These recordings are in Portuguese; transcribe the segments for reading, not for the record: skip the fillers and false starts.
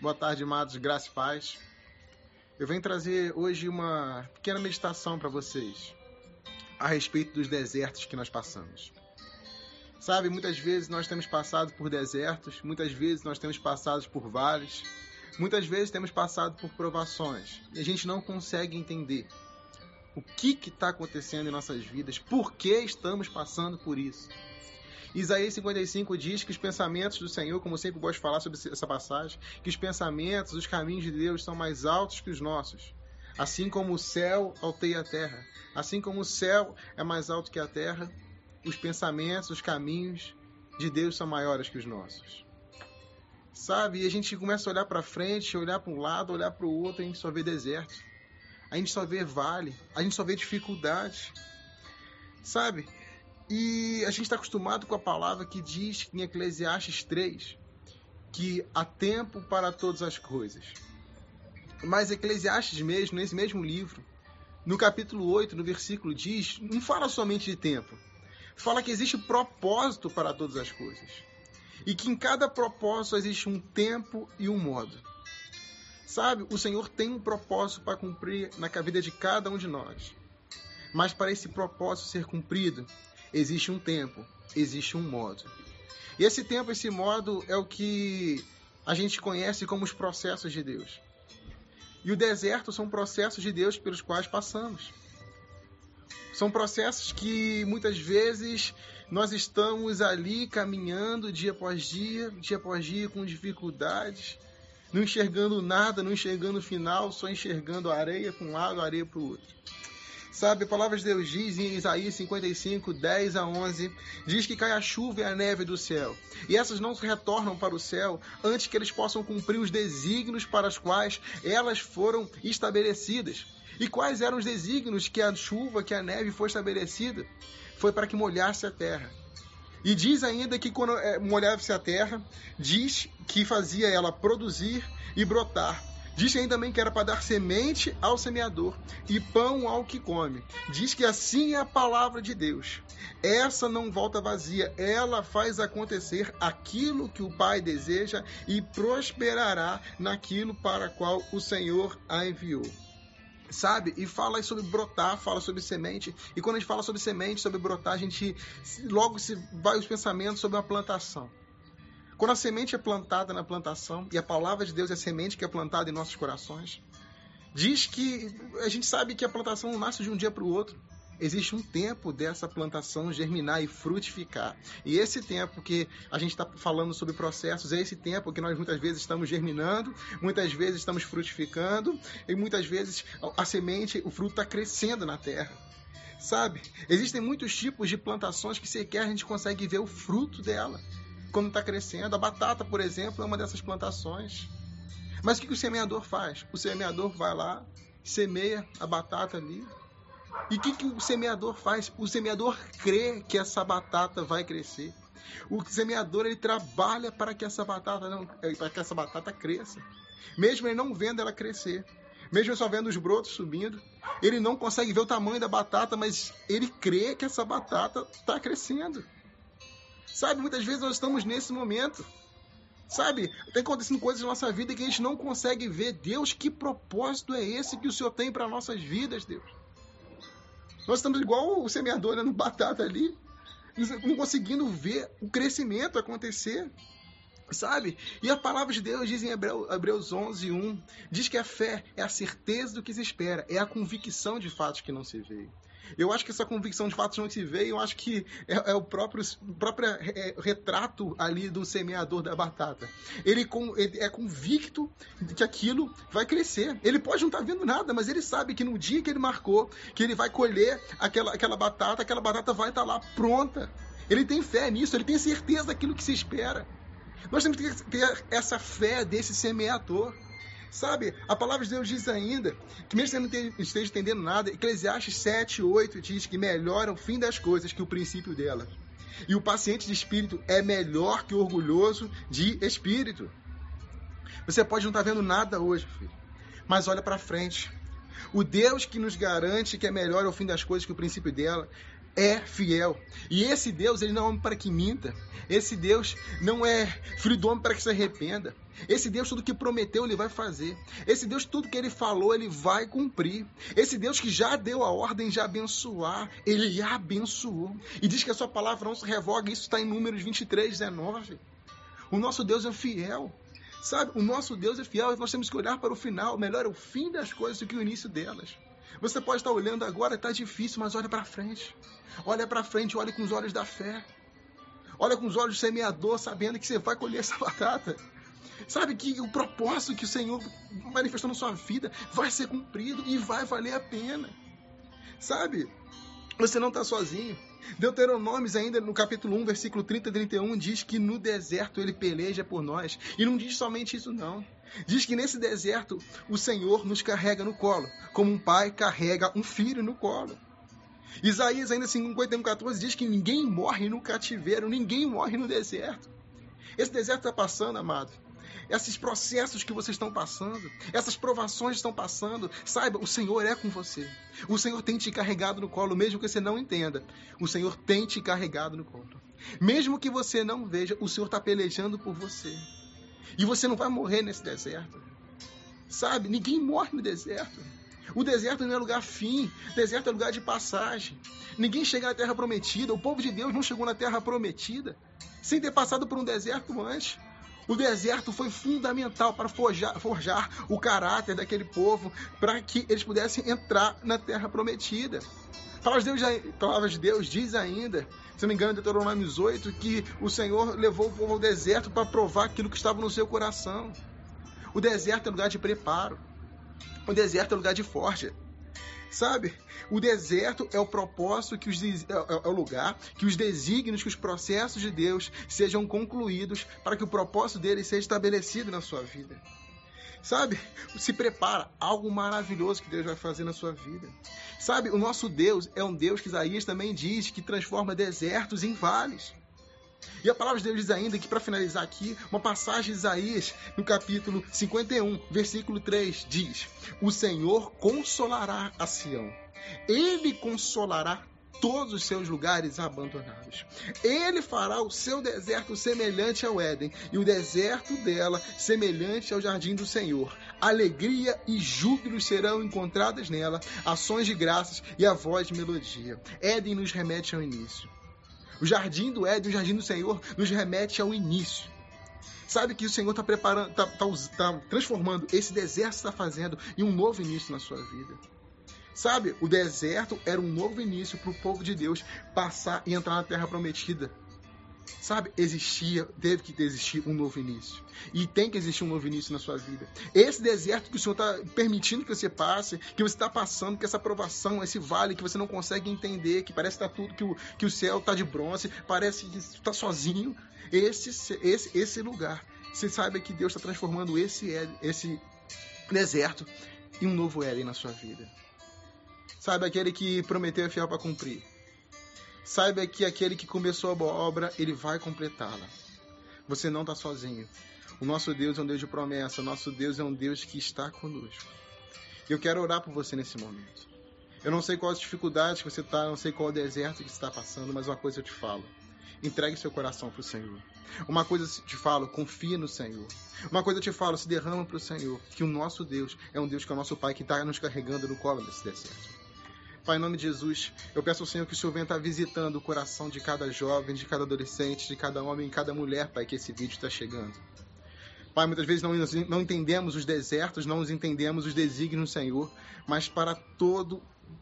Boa tarde, amados, graça e paz. Eu venho trazer hoje uma pequena meditação para vocês a respeito dos desertos que nós passamos. Sabe, muitas vezes nós temos passado por desertos, muitas vezes nós temos passado por vales, muitas vezes temos passado por provações e a gente não consegue entender o que está acontecendo em nossas vidas, por que estamos passando por isso. Isaías 55 diz que os pensamentos do Senhor, como eu sempre gosto de falar sobre essa passagem, que os pensamentos, os caminhos de Deus são mais altos que os nossos. Assim como o céu alteia a terra, assim como o céu é mais alto que a terra, os pensamentos, os caminhos de Deus são maiores que os nossos. Sabe? E a gente começa a olhar para frente, olhar para um lado, olhar para o outro, e a gente só vê deserto. A gente só vê vale, a gente só vê dificuldade. Sabe? E a gente está acostumado com a palavra que diz em Eclesiastes 3 que há tempo para todas as coisas. Mas Eclesiastes mesmo, nesse mesmo livro, no capítulo 8, no versículo diz, não fala somente de tempo. Fala que existe propósito para todas as coisas. E que em cada propósito existe um tempo e um modo. Sabe, o Senhor tem um propósito para cumprir na vida de cada um de nós. Mas para esse propósito ser cumprido, existe um tempo, existe um modo. E esse tempo, esse modo é o que a gente conhece como os processos de Deus. E o deserto são processos de Deus pelos quais passamos. São processos que muitas vezes nós estamos ali caminhando dia após dia com dificuldades, não enxergando nada, não enxergando o final, só enxergando a areia para um lado, a areia para o outro. Sabe, a palavra de Deus diz em Isaías 55, 10 a 11, diz que cai a chuva e a neve do céu. E essas não retornam para o céu antes que eles possam cumprir os desígnios para os quais elas foram estabelecidas. E quais eram os desígnios que a chuva, que a neve foi estabelecida? Foi para que molhasse a terra. E diz ainda que quando molhasse a terra, diz que fazia ela produzir e brotar. Diz ainda também que era para dar semente ao semeador e pão ao que come. Diz que assim é a palavra de Deus. Essa não volta vazia, ela faz acontecer aquilo que o Pai deseja e prosperará naquilo para qual o Senhor a enviou. Sabe? E fala sobre brotar, fala sobre semente. E quando a gente fala sobre semente, sobre brotar, a gente logo se vai os pensamentos sobre a plantação. Quando a semente é plantada na plantação, e a palavra de Deus é a semente que é plantada em nossos corações, diz que a gente sabe que a plantação não nasce de um dia para o outro. Existe um tempo dessa plantação germinar e frutificar. E esse tempo que a gente está falando sobre processos, é esse tempo que nós muitas vezes estamos germinando, muitas vezes estamos frutificando, e muitas vezes a semente, o fruto está crescendo na terra. Sabe? Existem muitos tipos de plantações que sequer a gente consegue ver o fruto dela quando está crescendo. A batata, por exemplo, é uma dessas plantações. Mas o que o semeador faz? O semeador vai lá, semeia a batata ali. E o que o semeador faz? O semeador crê que essa batata vai crescer. O semeador, ele trabalha para que essa batata cresça. Mesmo ele não vendo ela crescer. Mesmo só vendo os brotos subindo. Ele não consegue ver o tamanho da batata, mas ele crê que essa batata está crescendo. Sabe, muitas vezes nós estamos nesse momento. Sabe, tem acontecendo coisas na nossa vida que a gente não consegue ver. Deus, que propósito é esse que o Senhor tem para nossas vidas, Deus? Nós estamos igual o semeador olhando batata ali, não conseguindo ver o crescimento acontecer. Sabe? E a palavra de Deus diz em Hebreus 11, 1, diz que a fé é a certeza do que se espera, é a convicção de fatos que não se vê. Eu acho que essa convicção de fatos não se vê, eu acho que é o próprio retrato ali do semeador da batata. Ele é convicto de que aquilo vai crescer. Ele pode não estar vendo nada, mas ele sabe que no dia que ele marcou, que ele vai colher aquela batata vai estar lá pronta. Ele tem fé nisso, ele tem certeza daquilo que se espera. Nós temos que ter essa fé desse semeador. Sabe, a palavra de Deus diz ainda, que mesmo que você não esteja entendendo nada, Eclesiastes 7, 8 diz que melhor é o fim das coisas que o princípio delas. E o paciente de espírito é melhor que o orgulhoso de espírito. Você pode não estar vendo nada hoje, filho, mas olha para frente. O Deus que nos garante que é melhor é o fim das coisas que o princípio dela, é fiel. E esse Deus, ele não é homem para que minta. Esse Deus não é filho do homem para que se arrependa. Esse Deus, tudo que prometeu, ele vai fazer. Esse Deus, tudo que ele falou, ele vai cumprir. Esse Deus que já deu a ordem de abençoar, ele abençoou. E diz que a sua palavra não se revoga. Isso está em Números 23:19. O nosso Deus é fiel. Sabe, o nosso Deus é fiel e nós temos que olhar para o final. Melhor é o fim das coisas do que o início delas. Você pode estar olhando agora, está difícil, mas olha para frente. Olha para frente, olha com os olhos da fé. Olha com os olhos do semeador, sabendo que você vai colher essa batata. Sabe que o propósito que o Senhor manifestou na sua vida vai ser cumprido e vai valer a pena. Sabe, você não está sozinho. Deuteronômios ainda no capítulo 1, versículo 30 e 31, diz que no deserto ele peleja por nós. E não diz somente isso não. Diz que nesse deserto o Senhor nos carrega no colo, como um pai carrega um filho no colo. Isaías ainda 51:14 diz que ninguém morre no cativeiro, ninguém morre no deserto. Esse deserto está passando, amado. Esses processos que vocês estão passando, essas provações estão passando, saiba, o Senhor é com você. O Senhor tem te carregado no colo, mesmo que você não entenda. O Senhor tem te carregado no colo. Mesmo que você não veja, o Senhor está pelejando por você. E você não vai morrer nesse deserto. Sabe, ninguém morre no deserto. O deserto não é lugar fim, o deserto é lugar de passagem. Ninguém chega na terra prometida, o povo de Deus não chegou na terra prometida sem ter passado por um deserto antes. O deserto foi fundamental para forjar o caráter daquele povo, para que eles pudessem entrar na terra prometida. A palavra de Deus diz ainda, se não me engano, em Deuteronômio 8, que o Senhor levou o povo ao deserto para provar aquilo que estava no seu coração. O deserto é lugar de preparo. O deserto é lugar de forja. Sabe? O deserto é o propósito, é o lugar que os desígnios, que os processos de Deus sejam concluídos para que o propósito dele seja estabelecido na sua vida. Sabe? Se prepara, algo maravilhoso que Deus vai fazer na sua vida. Sabe? O nosso Deus é um Deus que Isaías também diz que transforma desertos em vales. E a palavra de Deus diz ainda que, para finalizar aqui, uma passagem de Isaías, no capítulo 51, versículo 3, diz: o Senhor consolará a Sião, Ele consolará todos os seus lugares abandonados. Ele fará o seu deserto semelhante ao Éden, e o deserto dela semelhante ao jardim do Senhor. Alegria e júbilo serão encontradas nela, ações de graças e a voz de melodia. Éden nos remete ao início. O jardim do Éden, o jardim do Senhor, nos remete ao início. Sabe que o Senhor está preparando, está transformando esse deserto que está fazendo em um novo início na sua vida. Sabe, o deserto era um novo início para o povo de Deus passar e entrar na terra prometida. Sabe, teve que existir um novo início. E tem que existir um novo início na sua vida. Esse deserto que o Senhor está permitindo que você passe, que você está passando, que essa provação, esse vale que você não consegue entender, que parece que está tudo, que o céu está de bronze, parece que está sozinho. Esse lugar, você sabe que Deus está transformando esse deserto em um novo Éden na sua vida. Sabe, aquele que prometeu é fiel para cumprir. Saiba que aquele que começou a boa obra, ele vai completá-la. Você não está sozinho. O nosso Deus é um Deus de promessa. O nosso Deus é um Deus que está conosco. Eu quero orar por você nesse momento. Eu não sei quais dificuldades que você está, não sei qual deserto que você está passando, mas uma coisa eu te falo. Entregue seu coração para o Senhor. Uma coisa eu te falo, confie no Senhor. Uma coisa eu te falo, se derrama para o Senhor. Que o nosso Deus é um Deus que é o nosso Pai, que está nos carregando no colo desse deserto. Pai, em nome de Jesus, eu peço ao Senhor que o Senhor venha estar visitando o coração de cada jovem, de cada adolescente, de cada homem, de cada mulher, Pai, que esse vídeo está chegando. Pai, muitas vezes não entendemos os desertos, não entendemos os desígnios do Senhor, mas para todo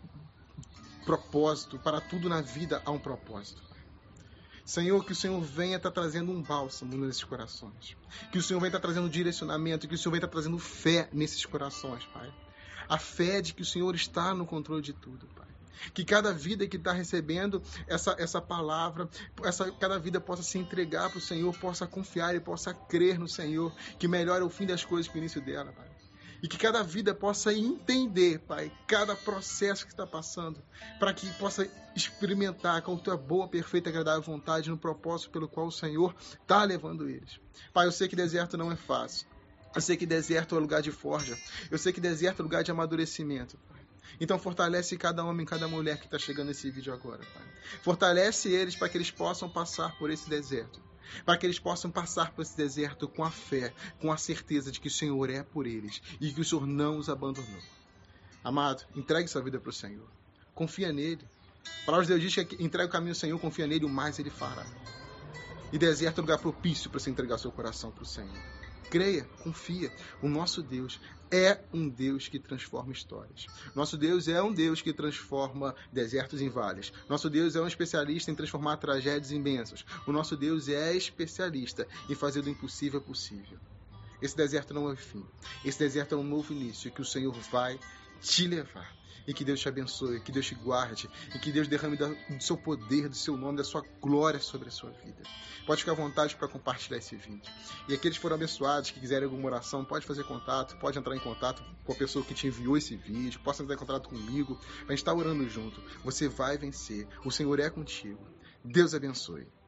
propósito, para tudo na vida há um propósito. Senhor, que o Senhor venha estar trazendo um bálsamo nesses corações. Que o Senhor venha estar trazendo direcionamento, que o Senhor venha estar trazendo fé nesses corações, Pai. A fé de que o Senhor está no controle de tudo, Pai. Que cada vida que está recebendo essa palavra, cada vida possa se entregar para o Senhor, possa confiar e possa crer no Senhor, que melhor é o fim das coisas que o início dela, Pai. E que cada vida possa entender, Pai, cada processo que está passando, para que possa experimentar com a tua boa, perfeita e agradável vontade no propósito pelo qual o Senhor está levando eles. Pai, eu sei que deserto não é fácil. Eu sei que deserto é lugar de forja. Eu sei que deserto é lugar de amadurecimento, Pai. Então fortalece cada homem, cada mulher que está chegando nesse vídeo agora, Pai. Fortalece eles para que eles possam passar por esse deserto. Para que eles possam passar por esse deserto com a fé, com a certeza de que o Senhor é por eles e que o Senhor não os abandonou. Amado, entregue sua vida para o Senhor. Confia nele. A palavra de Deus diz que entrega o caminho ao Senhor, confia nele, o mais ele fará. E deserto é um lugar propício para você entregar seu coração para o Senhor. Creia, confia. O nosso Deus é um Deus que transforma histórias. Nosso Deus é um Deus que transforma desertos em vales. Nosso Deus é um especialista em transformar tragédias em bênçãos. O nosso Deus é especialista em fazer do impossível possível. Esse deserto não é o fim. Esse deserto é um novo início que o Senhor vai te levar. E que Deus te abençoe, que Deus te guarde, e que Deus derrame do seu poder, do seu nome, da sua glória sobre a sua vida. Pode ficar à vontade para compartilhar esse vídeo. E aqueles que foram abençoados, que quiserem alguma oração, pode fazer contato, pode entrar em contato com a pessoa que te enviou esse vídeo, possa entrar em contato comigo, para a gente estar orando junto. Você vai vencer, o Senhor é contigo. Deus abençoe.